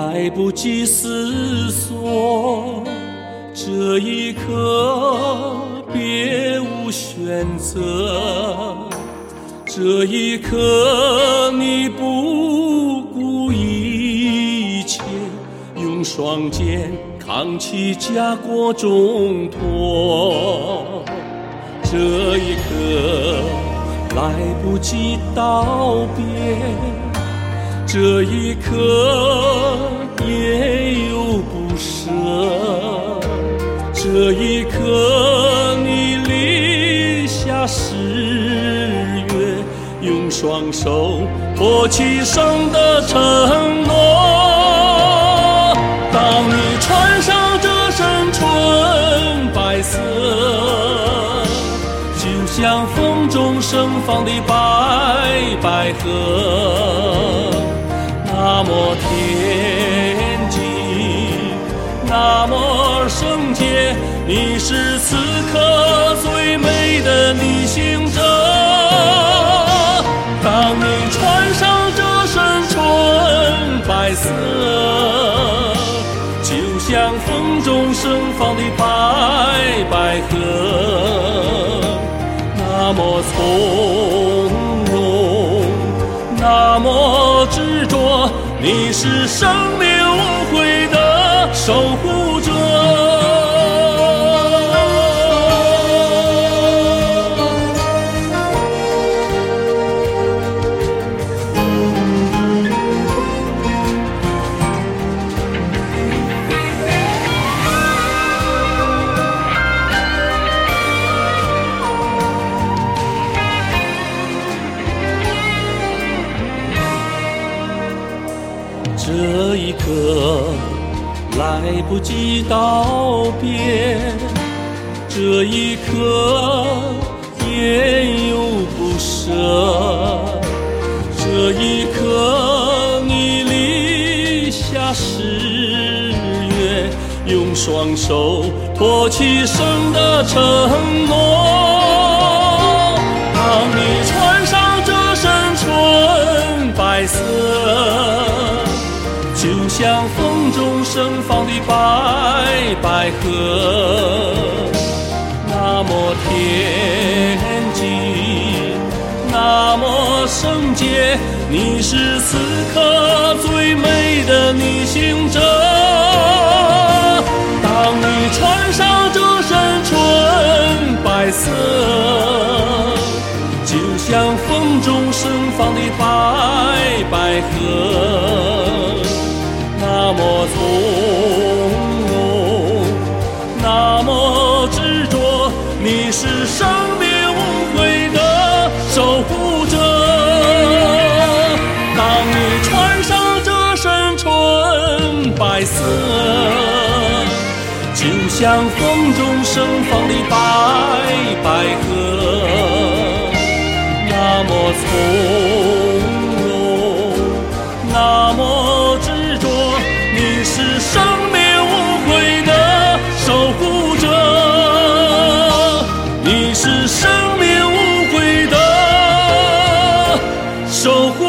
来不及思索，这一刻别无选择，这一刻你不顾一切，用双肩扛起家国重托。这一刻来不及道别，这一刻也有不舍，这一刻你立下誓约，用双手托起生的承诺。当你穿上这身纯白色，就像风中盛放的白百合，那么天际，那么圣洁，你是此刻最美的逆行者。当你穿上这身纯白色，就像风中盛放的白百合，那么从容，那么执着，你是生命无悔的守护者。这一刻来不及道别，这一刻也有不舍，这一刻你立下誓约，用双手托起生的承诺。当你穿上这身纯白色，就像风中盛放的白百合，那么天际，那么圣洁，你是此刻最美的逆行者。当你穿上这身纯白色，就像风中盛放的白百合，那么从容，那么执着，你是生命无悔的守护者。当你穿上这身纯白色，就像风中盛放的白百合，那么从容，那么执着，你是生命无悔的守护者，你是生命无悔的守护者。